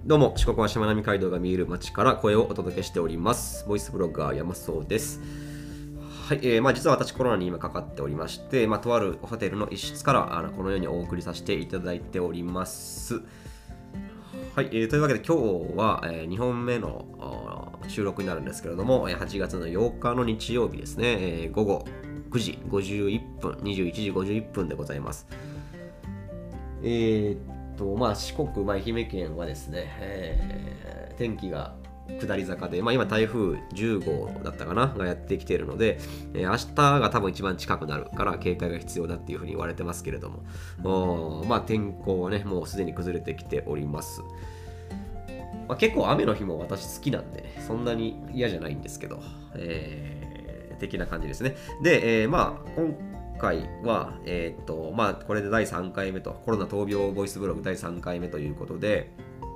どうも、四国はしまなみ海道が見える街から声をお届けしております。ボイスブロガー山荘です。はい、実は私コロナに今かかっておりまして、とあるホテルの一室からこのようにお送りさせていただいております。はい、というわけで今日は、2本目の収録になるんですけれども、8月の8日の日曜日ですね、午後9時51分、21時51分でございます。四国、愛媛県はですね、天気が下り坂で、今台風10号だったかながやってきているので、明日が多分一番近くなるから警戒が必要だっていうふうに言われてますけれども、天候はね、もうすでに崩れてきております。結構雨の日も私好きなんで、ね、そんなに嫌じゃないんですけど、的な感じですね。で、今回は、これで第3回目と、コロナ闘病ボイスブログ第3回目ということで、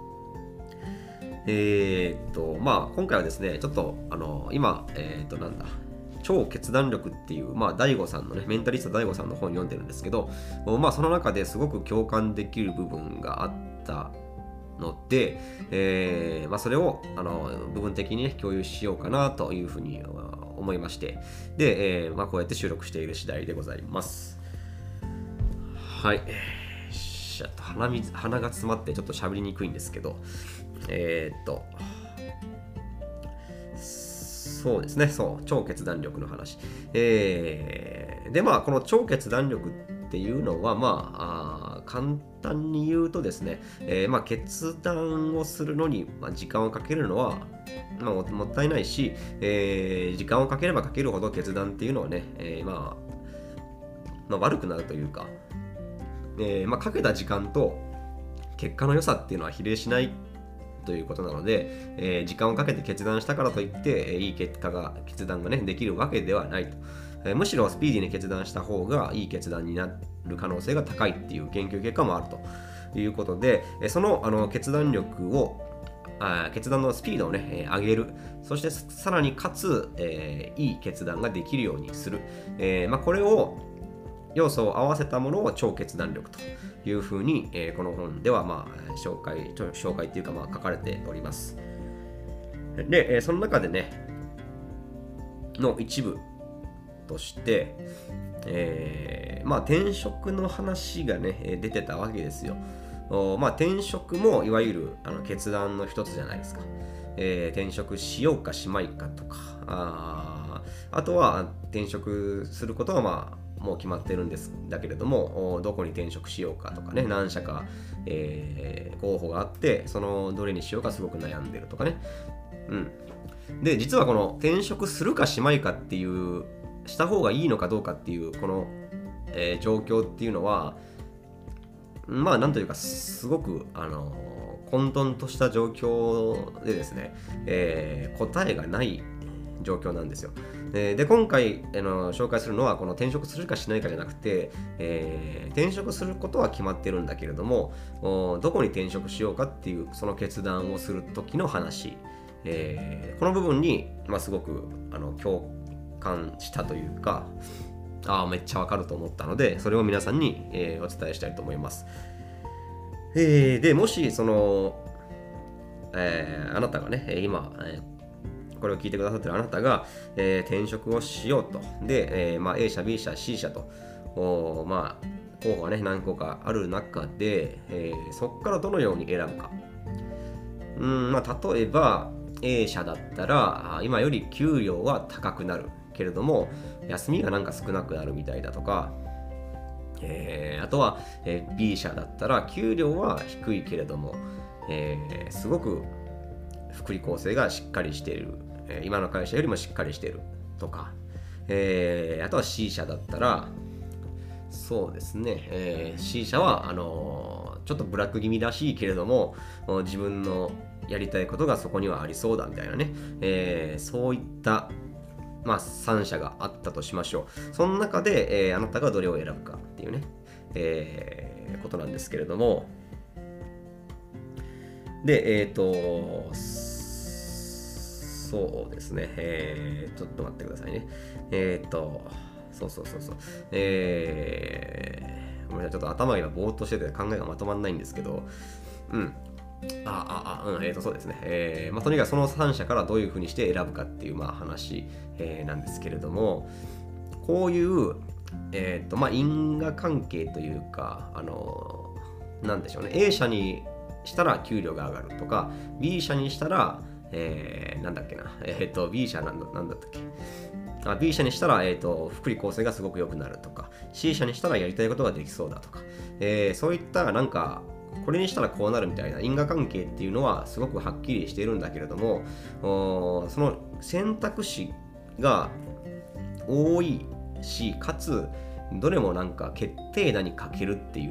今回はですね、ちょっと、今、超決断力っていう、大悟さんのね、メンタリスト大悟さんの本読んでるんですけど、その中ですごく共感できる部分があったので、それを部分的に、ね、共有しようかなというふうに思いまして、で、こうやって収録している次第でございます。はい。鼻が詰まってちょっと喋りにくいんですけど、そうですね、超決断力の話。で、この超決断力っていうのは、簡単に言うとですね、決断をするのに、時間をかけるのは、もったいないし、時間をかければかけるほど決断っていうのはね、悪くなるというか、かけた時間と結果の良さっていうのは比例しないということなので、時間をかけて決断したからといって、いい決断がね、できるわけではないと。むしろスピーディーに決断した方がいい決断になる可能性が高いっていう研究結果もあるということで、その決断力を決断のスピードをね、上げる。そしてさらにかつ、いい決断ができるようにする。これを要素を合わせたものを超決断力というふうに、この本では紹介っていうか書かれております。で、その中でね、の一部として、転職の話がね、出てたわけですよ。転職もいわゆる決断の一つじゃないですか。転職しようかしまいかとか、あとは転職することはもう決まってるんですだけれども、どこに転職しようかとかね、何社か、候補があって、そのどれにしようかすごく悩んでるとかね。で、実はこの転職するかしまいかっていう、した方がいいのかどうかっていうこの、状況っていうのは、なんというかすごく混沌とした状況でですね、答えがない状況なんですよ。で、今回紹介するのはこの転職するかしないかじゃなくて、転職することは決まってるんだけれども、どこに転職しようかっていうその決断をする時の話、この部分に、すごく共感したというか、めっちゃわかると思ったので、それを皆さんに、お伝えしたいと思います。で、もしその、あなたがね、今、これを聞いてくださっているあなたが、転職をしようと。で、A 社、B 社、C 社と、候補がね、何個かある中で、そこからどのように選ぶか。例えば、A 社だったら、今より給料は高くなるけれども、休みがなんか少なくなるみたいだとか、あとは、B 社だったら、給料は低いけれども、すごく福利厚生がしっかりしている。今の会社よりもしっかりしているとか、あとは C 社だったら、そうですね、C 社はちょっとブラック気味らしいけれども、自分のやりたいことがそこにはありそうだみたいなね、そういった3社があったとしましょう。その中で、あなたがどれを選ぶかっていうね、ことなんですけれども、で、そうですね。ちょっと待ってくださいね。そう。ごめんなさい。ちょっと頭が今ぼーっとしてて考えがまとまらないんですけど、 そうですね。とにかくその3社からどういうふうにして選ぶかっていう話、なんですけれども、こういう、因果関係というか、なんでしょうね、A 社にしたら給料が上がるとか、B 社にしたら、なんだっけな、B 社なんだったっけ。B 社にしたら、福利厚生がすごく良くなるとか、C 社にしたらやりたいことができそうだとか、そういったなんか、これにしたらこうなるみたいな因果関係っていうのはすごくはっきりしているんだけれども、その選択肢が多いし、かつどれもなんか決定打にかけるっていう、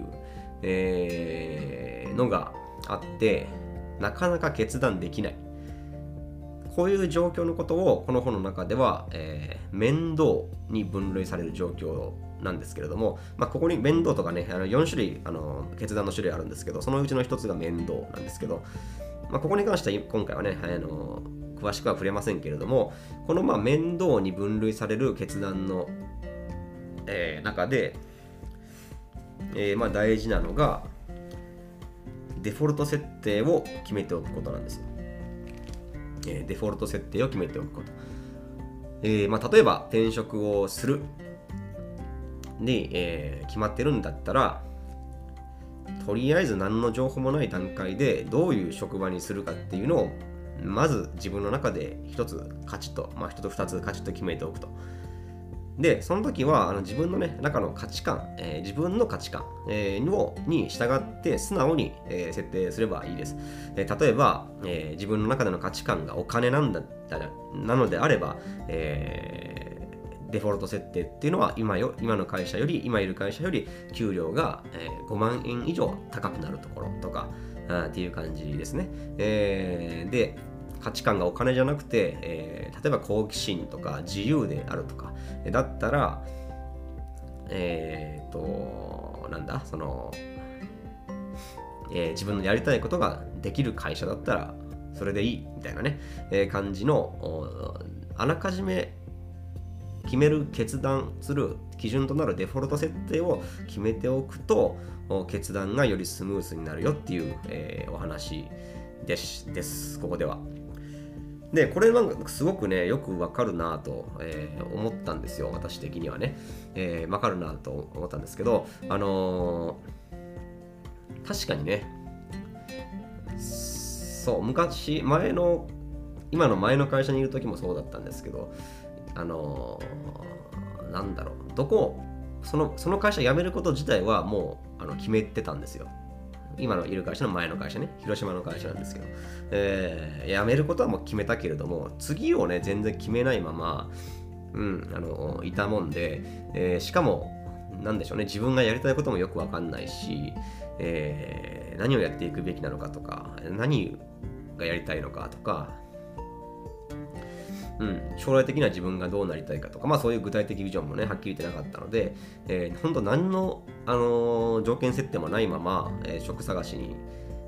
のがあって、なかなか決断できない。こういう状況のことをこの本の中では、面倒に分類される状況なんですけれども、ここに面倒とかね、4種類決断の種類あるんですけど、そのうちの1つが面倒なんですけど、ここに関しては今回はね、詳しくは触れませんけれども、この面倒に分類される決断の、中で、大事なのがデフォルト設定を決めておくことなんですよ。デフォルト設定を決めておくこと。例えば転職をするで、決まってるんだったら、とりあえず何の情報もない段階でどういう職場にするかっていうのをまず自分の中で一つカチッと、一つ二つカチッと決めておくと。で、その時は自分のね、中の価値観、自分の価値観、に従って素直に、設定すればいいです。例えば、自分の中での価値観がお金なのであれば、デフォルト設定っていうのは今の会社より、今いる会社より給料が、5万円以上高くなるところとかっていう感じですね。で、価値観がお金じゃなくて、例えば好奇心とか自由であるとかだったら、自分のやりたいことができる会社だったらそれでいいみたいなね、感じのあらかじめ決める決断する基準となるデフォルト設定を決めておくと決断がよりスムースになるよっていう、お話ですここでは。で、これなんかすごくね、よくわかるなと、思ったんですよ、私的にはね。わかるなと思ったんですけど、確かにね、そう、今の前の会社にいる時もそうだったんですけど、その会社辞めること自体はもう決めてたんですよ。今のいる会社の前の会社ね、広島の会社なんですけど、辞めることはもう決めたけれども、次をね、全然決めないまま、いたもんで、しかも、なんでしょうね、自分がやりたいこともよくわかんないし、何をやっていくべきなのかとか、何がやりたいのかとか、将来的には自分がどうなりたいかとか、そういう具体的ビジョンもね、はっきり言ってなかったので、本当何の、条件設定もないまま、職探しに、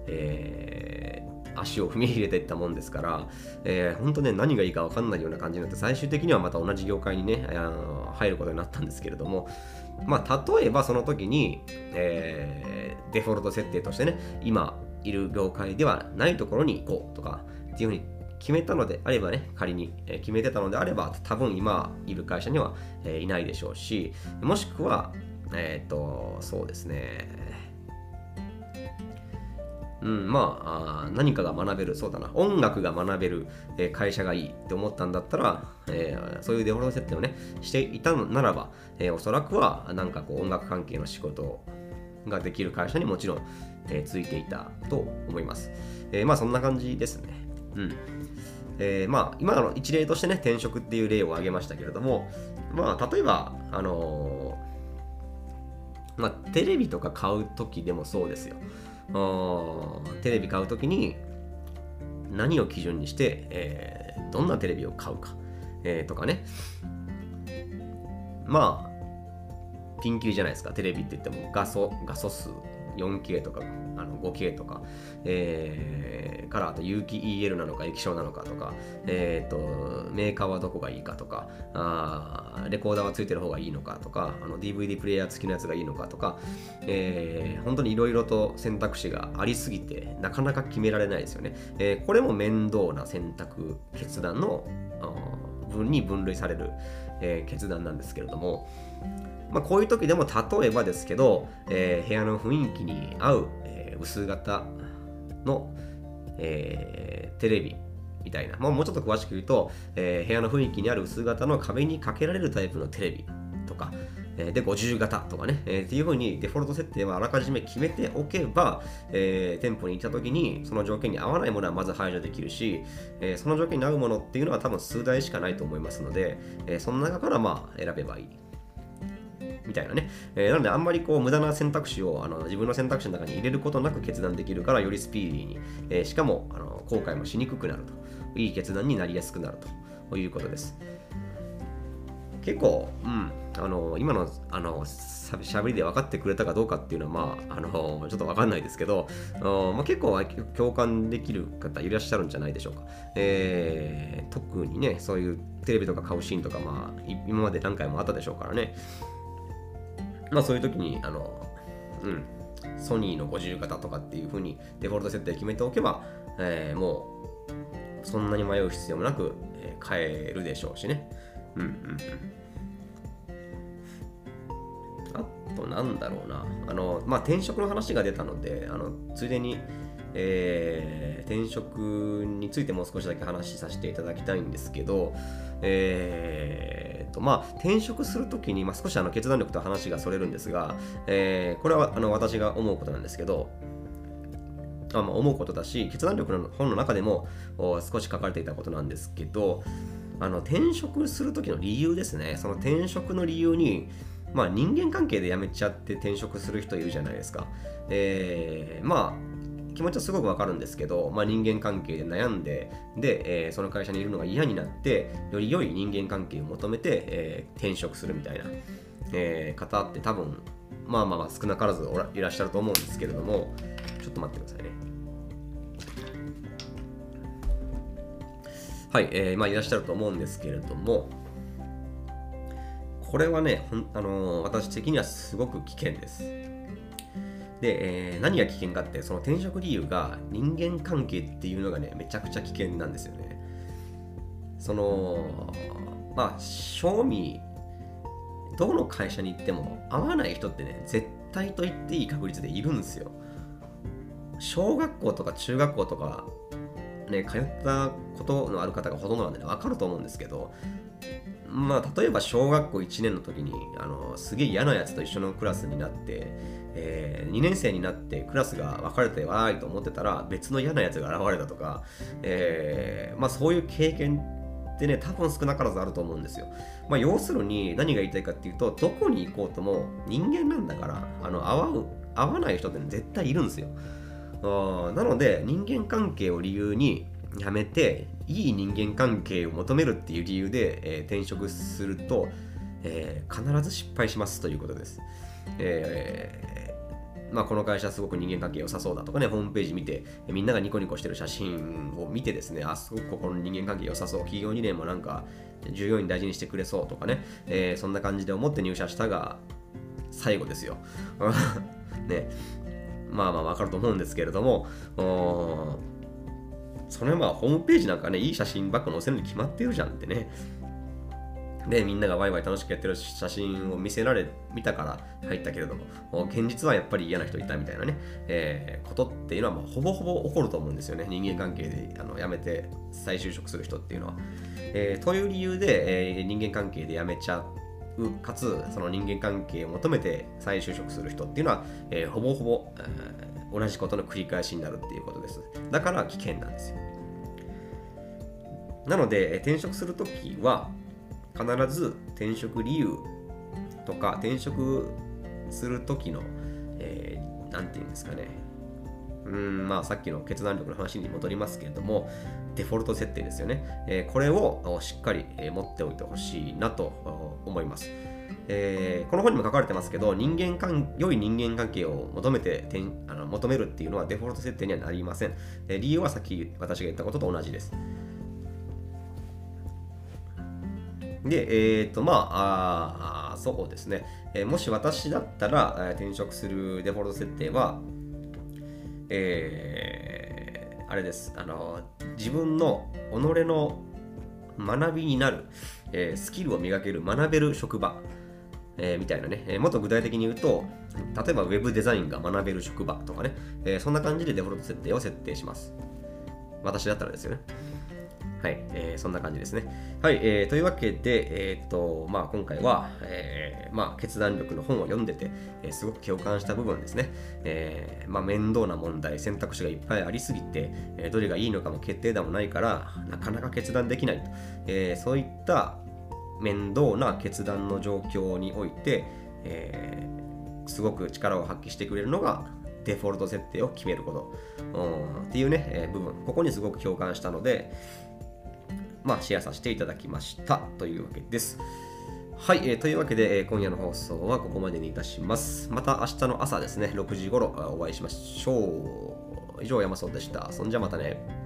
足を踏み入れていったもんですから、本当ね、何がいいか分かんないような感じになって、最終的にはまた同じ業界にね、入ることになったんですけれども、例えばその時に、デフォルト設定としてね、今いる業界ではないところに行こうとかっていうふうに決めたのであればね、仮に決めてたのであれば、多分今いる会社にはいないでしょうし、もしくは、そうですね、何かが学べる、そうだな、音楽が学べる会社がいいって思ったんだったら、そういうデフォルト設定をね、していたのならば、おそらくはなんかこう音楽関係の仕事ができる会社にもちろん、ついていたと思います。そんな感じですね。今の一例としてね、転職っていう例を挙げましたけれども、例えば、テレビとか買うときでもそうですよ。テレビ買うときに何を基準にして、どんなテレビを買うか、とかね。ピンキリじゃないですか。テレビって言っても画素数 4K とか5K とか、からあと有機 EL なのか液晶なのかとか、メーカーはどこがいいかとか、レコーダーはついてる方がいいのかとか、DVD プレイヤー付きのやつがいいのかとか、本当にいろいろと選択肢がありすぎてなかなか決められないですよね。これも面倒な選択決断の分に分類される、決断なんですけれども、こういう時でも例えばですけど、部屋の雰囲気に合う、薄型の、テレビみたいな、もうちょっと詳しく言うと、部屋の雰囲気にある薄型の壁にかけられるタイプのテレビとか、で50型とかね、っていう風にデフォルト設定はあらかじめ決めておけば、店舗に行った時にその条件に合わないものはまず排除できるし、その条件に合うものっていうのは多分数台しかないと思いますので、その中から選べばいいみたいなね。なのであんまり無駄な選択肢を自分の選択肢の中に入れることなく決断できるから、よりスピーディーに、しかも後悔もしにくくなると、いい決断になりやすくなるということです。結構、今のしゃべりで分かってくれたかどうかっていうのはちょっと分かんないですけど、結構共感できる方いらっしゃるんじゃないでしょうか。特にね、そういうテレビとか買うシーンとか今まで何回もあったでしょうからね。そういう時にソニーの50型とかっていう風にデフォルト設定決めておけば、もうそんなに迷う必要もなく、買えるでしょうしね。あとなんだろうな、転職の話が出たので、ついでに、転職についてもう少しだけ話させていただきたいんですけど、転職するときに、少し決断力と話がそれるんですが、これは私が思うことなんですけど、思うことだし、決断力の本の中でも少し書かれていたことなんですけど、転職するときの理由ですね。その転職の理由に、人間関係で辞めちゃって転職する人いるじゃないですか。気持ちはすごくわかるんですけど、人間関係で悩んで、その会社にいるのが嫌になって、より良い人間関係を求めて、転職するみたいな、方って多分、少なからずいらっしゃると思うんですけれども、ちょっと待ってくださいね。はい、いらっしゃると思うんですけれども、これはね、私的にはすごく危険です。で、何が危険かって、その転職理由が人間関係っていうのがね、めちゃくちゃ危険なんですよね。正味、どの会社に行っても合わない人ってね、絶対と言っていい確率でいるんですよ。小学校とか中学校とか、ね、通ったことのある方がほとんどなんでね、分かると思うんですけど、例えば小学校1年の時にすげえ嫌なやつと一緒のクラスになって、2年生になってクラスが分かれてわーいと思ってたら別の嫌なやつが現れたとか、そういう経験ってね、多分少なからずあると思うんですよ。要するに何が言いたいかっていうと、どこに行こうとも人間なんだから、合わない人って絶対いるんですよ。なので人間関係を理由にやめて、いい人間関係を求めるっていう理由で、転職すると、必ず失敗しますということです。この会社はすごく人間関係良さそうだとかね、ホームページ見て、みんながニコニコしてる写真を見てですね、すごくここの人間関係良さそう、企業理念も従業員大事にしてくれそうとかね、そんな感じで思って入社したが最後ですよ。ね、わかると思うんですけれども、それはホームページなんかね、いい写真ばっか載せるに決まってるじゃんってね。で、みんながワイワイ楽しくやってる写真を見たから入ったけれども、現実はやっぱり嫌な人いたみたいなね、ことっていうのはほぼほぼ起こると思うんですよね。人間関係で辞めて再就職する人っていうのは。という理由で、人間関係で辞めちゃう、かつその人間関係を求めて再就職する人っていうのは、ほぼほぼ、同じことの繰り返しになるっていうことです。だから危険なんですよ。なので、転職するときは必ず転職理由とか転職するときの、なんていうんですかね、さっきの決断力の話に戻りますけれども、デフォルト設定ですよね。これをしっかり持っておいてほしいなと思います。 この本にも書かれてますけど、良い人間関係を求めるっていうのはデフォルト設定にはなりません。理由はさっき私が言ったことと同じです。で、そうですね。もし私だったら、転職するデフォルト設定は、あれです。自分の己の学びになる、スキルを磨ける、学べる職場、みたいなね、もっと具体的に言うと、例えばウェブデザインが学べる職場とかね、そんな感じでデフォルト設定を設定します。私だったらですよね。はい、そんな感じですね。はい、というわけで、今回は、決断力の本を読んでて、すごく共感した部分ですね。面倒な問題、選択肢がいっぱいありすぎて、どれがいいのかも決定打もないから、なかなか決断できないと、そういった面倒な決断の状況において、すごく力を発揮してくれるのがデフォルト設定を決めること、っていうね、部分、ここにすごく共感したので、シェアさせていただきましたというわけです。はい、というわけで、今夜の放送はここまでにいたします。また明日の朝ですね、6時頃お会いしましょう。以上、山荘でした。そんじゃまたね。